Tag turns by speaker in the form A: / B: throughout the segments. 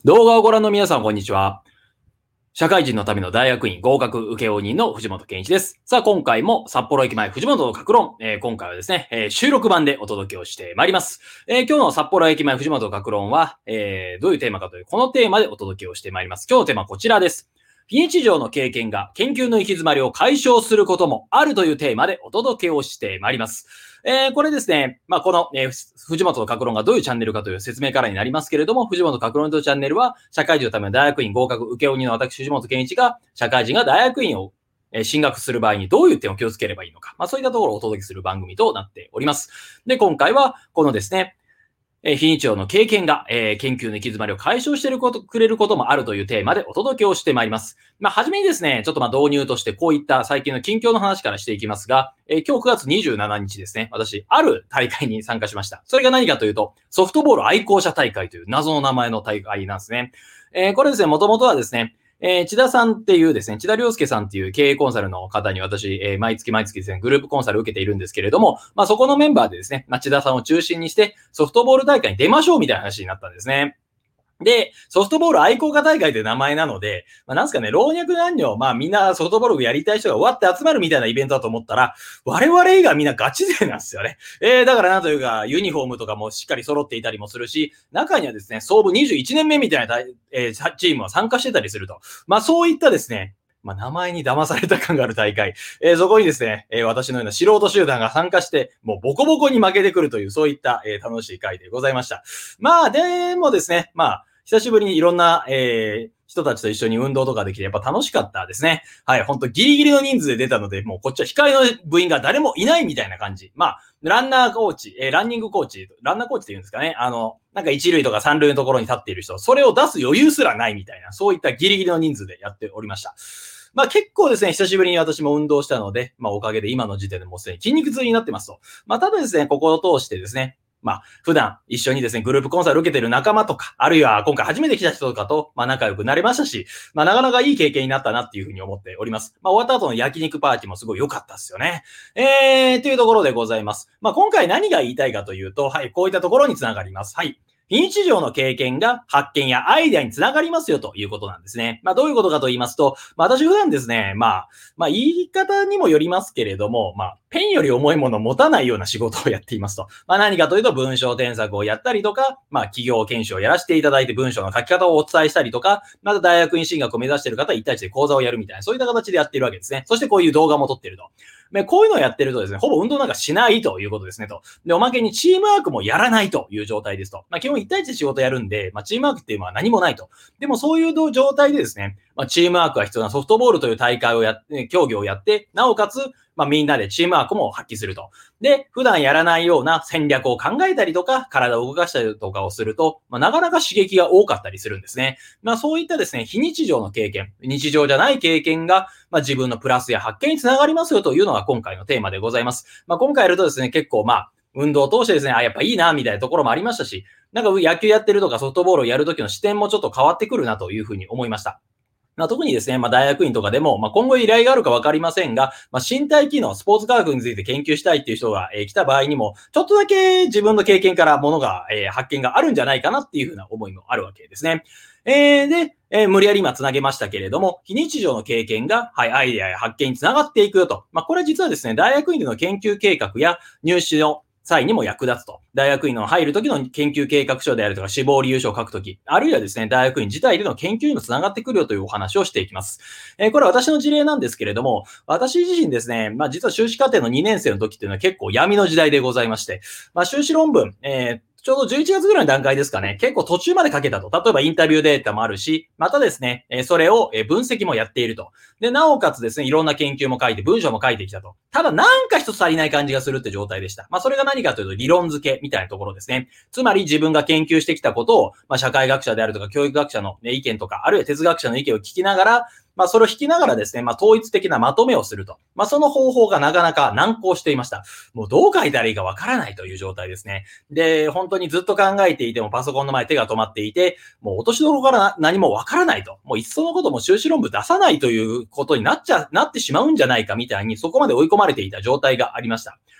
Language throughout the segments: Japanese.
A: 動画をご覧の皆さん、こんにちは。社会人のための大学院合格請負人の藤本健一です。さあ、今回も札幌駅前藤本の格論、今回はですね、収録版でお届けをしてまいります。今日の札幌駅前藤本の格論は、どういうテーマかという、このテーマでお届けをしてまいります。今日のテーマはこちらです。非日常の経験が研究の行き詰まりを解消することもあるというテーマでお届けをしてまいります。これですね、この、藤本の格論がどういうチャンネルかという説明からになりますけれども、藤本格論というチャンネルは、社会人のための大学院合格請負人の私、藤本健一が、社会人が大学院を進学する場合にどういう点を気をつければいいのか、そういったところをお届けする番組となっております。で、今回は、このですね、非日常の経験が、研究の行き詰まりを解消してくれることもあるというテーマでお届けをしてまいります。はじめにですね、ちょっと導入としてこういった最近の近況の話からしていきますが、今日9月27日ですね、私、ある大会に参加しました。それが何かというと、ソフトボール愛好者大会という謎の名前の大会なんですね。これですね、もともとはですね、千田さんっていうですね、千田良介さんっていう経営コンサルの方に私、毎月ですね、グループコンサルを受けているんですけれども、そこのメンバーでですね、千田さんを中心にしてソフトボール大会に出ましょうみたいな話になったんですね。で、ソフトボール愛好家大会という名前なので、なんすかね、老若男女、みんなソフトボールやりたい人が終わって集まるみたいなイベントだと思ったら、我々以外みんなガチ勢なんですよね。だからなんというか、ユニフォームとかもしっかり揃っていたりもするし、中にはですね、創部21年目みたいな、チームは参加してたりすると。そういったですね、名前に騙された感がある大会。そこにですね、私のような素人集団が参加して、もうボコボコに負けてくるという、そういった、楽しい会でございました。でもですね、久しぶりにいろんな、人たちと一緒に運動とかできて、やっぱ楽しかったですね。はい、ほんとギリギリの人数で出たので、もうこっちは控えの部員が誰もいないみたいな感じ。ランナーコーチ、ランニングコーチ、ランナーコーチって言うんですかね。なんか一塁とか三塁のところに立っている人、それを出す余裕すらないみたいな、そういったギリギリの人数でやっておりました。結構ですね、久しぶりに私も運動したので、おかげで今の時点でもうすでに筋肉痛になってますと。ただですね、ここを通してですね、普段一緒にですね、グループコンサル受けてる仲間とか、あるいは今回初めて来た人とかと、仲良くなれましたし、なかなかいい経験になったなっていうふうに思っております。終わった後の焼肉パーティーもすごい良かったですよね。というところでございます。今回何が言いたいかというと、はい、こういったところにつながります。はい。非日常の経験が発見やアイデアにつながりますよということなんですね。どういうことかと言いますと、私普段ですね、言い方にもよりますけれども、ペンより重いものを持たないような仕事をやっていますと。何かというと文章添削をやったりとか、企業研修をやらせていただいて文章の書き方をお伝えしたりとか、また大学院進学を目指している方は1対1で講座をやるみたいな、そういった形でやっているわけですね。そしてこういう動画も撮っていると。こういうのをやってるとですね、ほぼ運動なんかしないということですねと。で、おまけにチームワークもやらないという状態ですと。基本1対1で仕事やるんで、チームワークっていうのは何もないと。でもそういう状態でですね、チームワークが必要なソフトボールという大会を競技をやって、なおかつ、みんなでチームワークも発揮すると。で、普段やらないような戦略を考えたりとか、体を動かしたりとかをすると、なかなか刺激が多かったりするんですね。そういったですね、非日常の経験、日常じゃない経験が、自分のプラスや発見につながりますよというのが今回のテーマでございます。今回やるとですね、結構運動を通してですね、やっぱいいな、みたいなところもありましたし、なんか野球やってるとかソフトボールをやるときの視点もちょっと変わってくるなというふうに思いました。特にですね、大学院とかでも、今後依頼があるかわかりませんが、身体機能、スポーツ科学について研究したいっていう人が、来た場合にも、ちょっとだけ自分の経験からものが、発見があるんじゃないかなっていうふうな思いもあるわけですね。で、無理やり今つなげましたけれども、非日常の経験が、はい、アイデアや発見につながっていくよと。これは実はですね、大学院での研究計画や入試の際にも役立つと。大学院の入るときの研究計画書であるとか、志望理由書を書くとき、あるいはですね、大学院自体での研究にもつながってくるよというお話をしていきます。これは私の事例なんですけれども、私自身ですね、実は修士課程の2年生の時っていうのは結構闇の時代でございまして、修士論文、ちょうど11月ぐらいの段階ですかね、結構途中まで書けたと。例えばインタビューデータもあるし、またですね、それを分析もやっていると。で、なおかつですね、いろんな研究も書いて、文章も書いてきたと。ただなんか一つ足りない感じがするって状態でした。それが何かというと理論付けみたいなところですね。つまり自分が研究してきたことを、社会学者であるとか教育学者の意見とか、あるいは哲学者の意見を聞きながら、それを引きながらですね、統一的なまとめをすると。その方法がなかなか難航していました。もうどう書いたらいいかわからないという状態ですね。で、本当にずっと考えていてもパソコンの前手が止まっていて、もう落としどころから何もわからないと。もういっそのことも修士論文出さないということになってしまうんじゃないかみたいに、そこまで追い込まれていた状態がありました。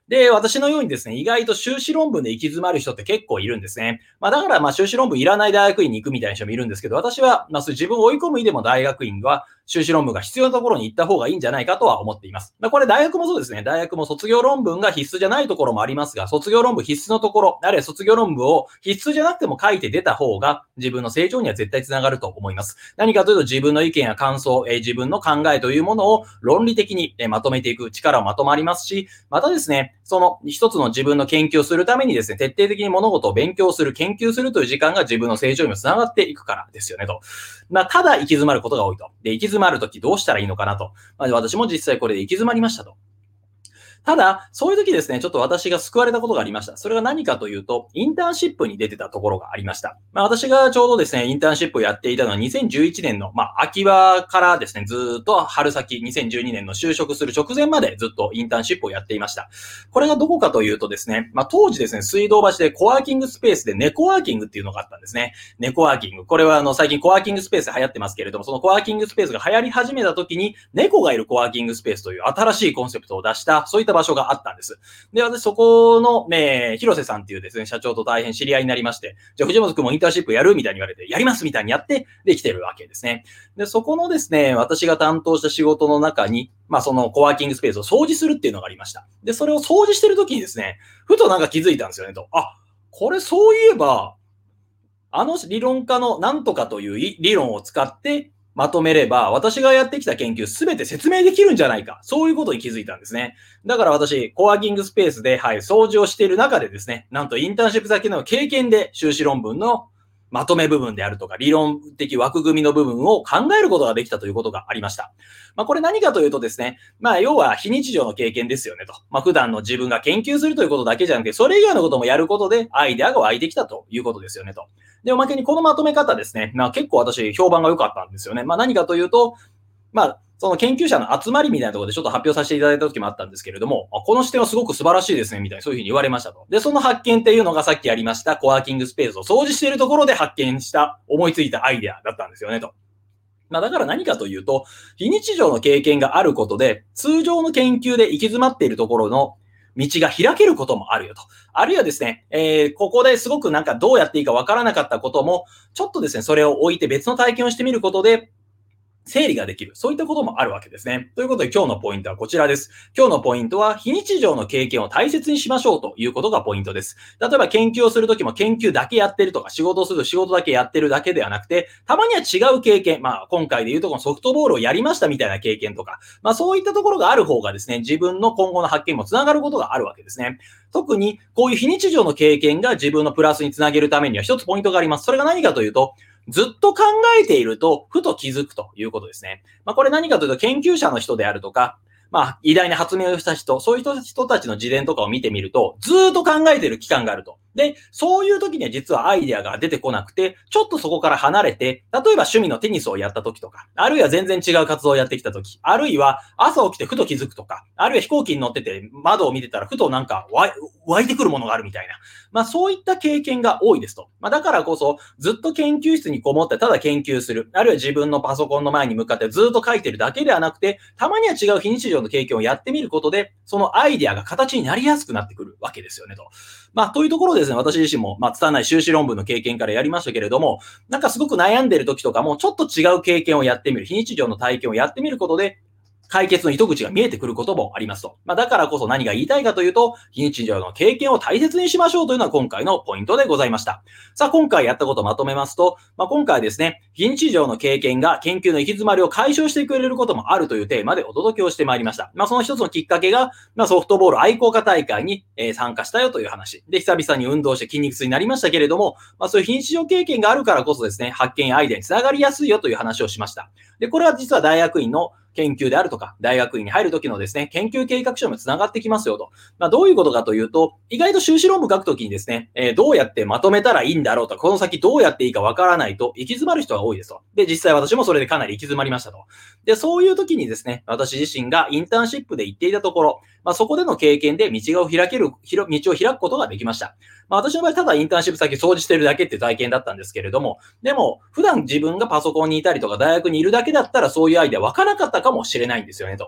A: で、私のようにですね、意外と修士論文で行き詰まる人って結構いるんですね。だから修士論文いらない大学院に行くみたいな人もいるんですけど、私は、そういう自分を追い込む意でも大学院は修士論文が必要なところに行った方がいいんじゃないかとは思っています。これ大学もそうですね。大学も卒業論文が必須じゃないところもありますが、卒業論文必須のところ、あるいは卒業論文を必須じゃなくても書いて出た方が自分の成長には絶対つながると思います。何かというと自分の意見や感想、自分の考えというものを論理的にまとめていく力もまとまりますし、またですね、その一つの自分の研究をするためにですね、徹底的に物事を勉強する、研究するという時間が自分の成長にもつながっていくからですよねと。ただ行き詰まることが多いと。で、行き詰まるときどうしたらいいのかなと。私も実際これで行き詰まりましたと。ただ、そういう時ですね、ちょっと私が救われたことがありました。それが何かというと、インターンシップに出てたところがありました。私がちょうどですね、インターンシップをやっていたのは2011年の、秋葉からですね、ずっと春先、2012年の就職する直前までずっとインターンシップをやっていました。これがどこかというとですね、当時ですね、水道橋でコワーキングスペースでネコワーキングっていうのがあったんですね。ネコワーキング。これは最近コワーキングスペース流行ってますけれども、そのコワーキングスペースが流行り始めた時に、猫がいるコワーキングスペースという新しいコンセプトを出した、そういった場所があったんです。で、私そこの、広瀬さんっていうですね、社長と大変知り合いになりまして、じゃあ藤本くんもインターンシップやるみたいに言われて、やりますみたいにやってできてるわけですね。で、そこのですね、私が担当した仕事の中に、そのコワーキングスペースを掃除するっていうのがありました。で、それを掃除してる時にですね、ふとなんか気づいたんですよねと。これそういえば、あの理論家のなんとかという理論を使ってまとめれば、私がやってきた研究すべて説明できるんじゃないか。そういうことに気づいたんですね。だから私、コワーキングスペースで、掃除をしている中でですね、なんとインターンシップ先の経験で修士論文のまとめ部分であるとか、理論的枠組みの部分を考えることができたということがありました。これ何かというとですね、要は非日常の経験ですよねと。普段の自分が研究するということだけじゃなくて、それ以外のこともやることでアイデアが湧いてきたということですよねと。で、おまけにこのまとめ方ですね、結構私評判が良かったんですよね。何かというと、その研究者の集まりみたいなところでちょっと発表させていただいた時もあったんですけれども、この視点はすごく素晴らしいですね、みたいな、そういうふうに言われましたと。で、その発見っていうのがさっきやりましたコワーキングスペースを掃除しているところで発見した、思いついたアイデアだったんですよね、と。だから何かというと、非日常の経験があることで、通常の研究で行き詰まっているところの道が開けることもあるよと。あるいはですね、ここですごくなんかどうやっていいかわからなかったことも、ちょっとですね、それを置いて別の体験をしてみることで、整理ができる。そういったこともあるわけですね。ということで今日のポイントはこちらです。今日のポイントは非日常の経験を大切にしましょうということがポイントです。例えば研究をするときも研究だけやってるとか仕事をすると仕事だけやってるだけではなくて、たまには違う経験、今回で言うとこのソフトボールをやりましたみたいな経験とか、そういったところがある方がですね、自分の今後の発見もつながることがあるわけですね。特にこういう非日常の経験が自分のプラスにつなげるためには一つポイントがあります。それが何かというと、ずっと考えていると、ふと気づくということですね。これ何かというと、研究者の人であるとか、偉大な発明をした人、そういう人たちの自伝とかを見てみると、ずっと考えている期間があると。で、そういう時には実はアイデアが出てこなくて、ちょっとそこから離れて、例えば趣味のテニスをやった時とか、あるいは全然違う活動をやってきた時、あるいは朝起きてふと気づくとか、あるいは飛行機に乗ってて窓を見てたらふとなんか湧いてくるものがあるみたいな。そういった経験が多いですと。だからこそ、ずっと研究室にこもってただ研究する、あるいは自分のパソコンの前に向かってずっと書いてるだけではなくて、たまには違う非日常の経験をやってみることで、そのアイデアが形になりやすくなってくるわけですよねと。というところでですね、私自身も、拙い修士論文の経験からやりましたけれども、なんかすごく悩んでる時とかも、ちょっと違う経験をやってみる、非日常の体験をやってみることで、解決の糸口が見えてくることもありますと。だからこそ何が言いたいかというと、非日常の経験を大切にしましょうというのは今回のポイントでございました。さあ、今回やったことをまとめますと、今回ですね、非日常の経験が研究の行き詰まりを解消してくれることもあるというテーマでお届けをしてまいりました。その一つのきっかけが、ソフトボール愛好家大会に参加したよという話。で、久々に運動して筋肉痛になりましたけれども、そういう非日常経験があるからこそですね、発見やアイデアにつながりやすいよという話をしました。で、これは実は大学院の研究であるとか、大学院に入る時のですね、研究計画書にもつながってきますよと。どういうことかというと、意外と修士論文書くときにですね、どうやってまとめたらいいんだろうと、この先どうやっていいかわからないと行き詰まる人が多いですと。で、実際私もそれでかなり行き詰まりましたと。で、そういう時にですね、私自身がインターンシップで行っていたところ、そこでの経験で道を開くことができました。私の場合、ただインターンシップ先掃除してるだけっていう体験だったんですけれども、でも、普段自分がパソコンにいたりとか大学にいるだけだったらそういうアイデアわからなかったかもしれないんですよねと。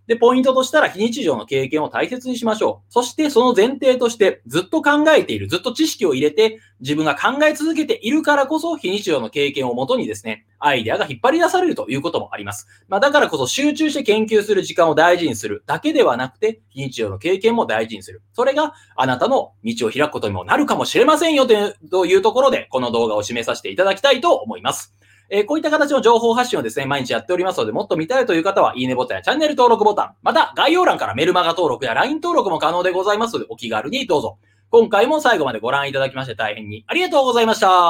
A: で、ポイントとしたら非日常の経験を大切にしましょう。そしてその前提としてずっと考えている、ずっと知識を入れて自分が考え続けているからこそ非日常の経験をもとにですね、アイデアが引っ張り出されるということもあります。だからこそ集中して研究する時間を大事にするだけではなくて、非日常の経験も大事にする。それがあなたの道を開くことにもなるかもしれませんよというところで、この動画を締めさせていただきたいと思います。こういった形の情報発信をですね、毎日やっておりますので、もっと見たいという方は、いいねボタンやチャンネル登録ボタン、また概要欄からメルマガ登録や LINE 登録も可能でございますので、お気軽にどうぞ。今回も最後までご覧いただきまして大変にありがとうございました。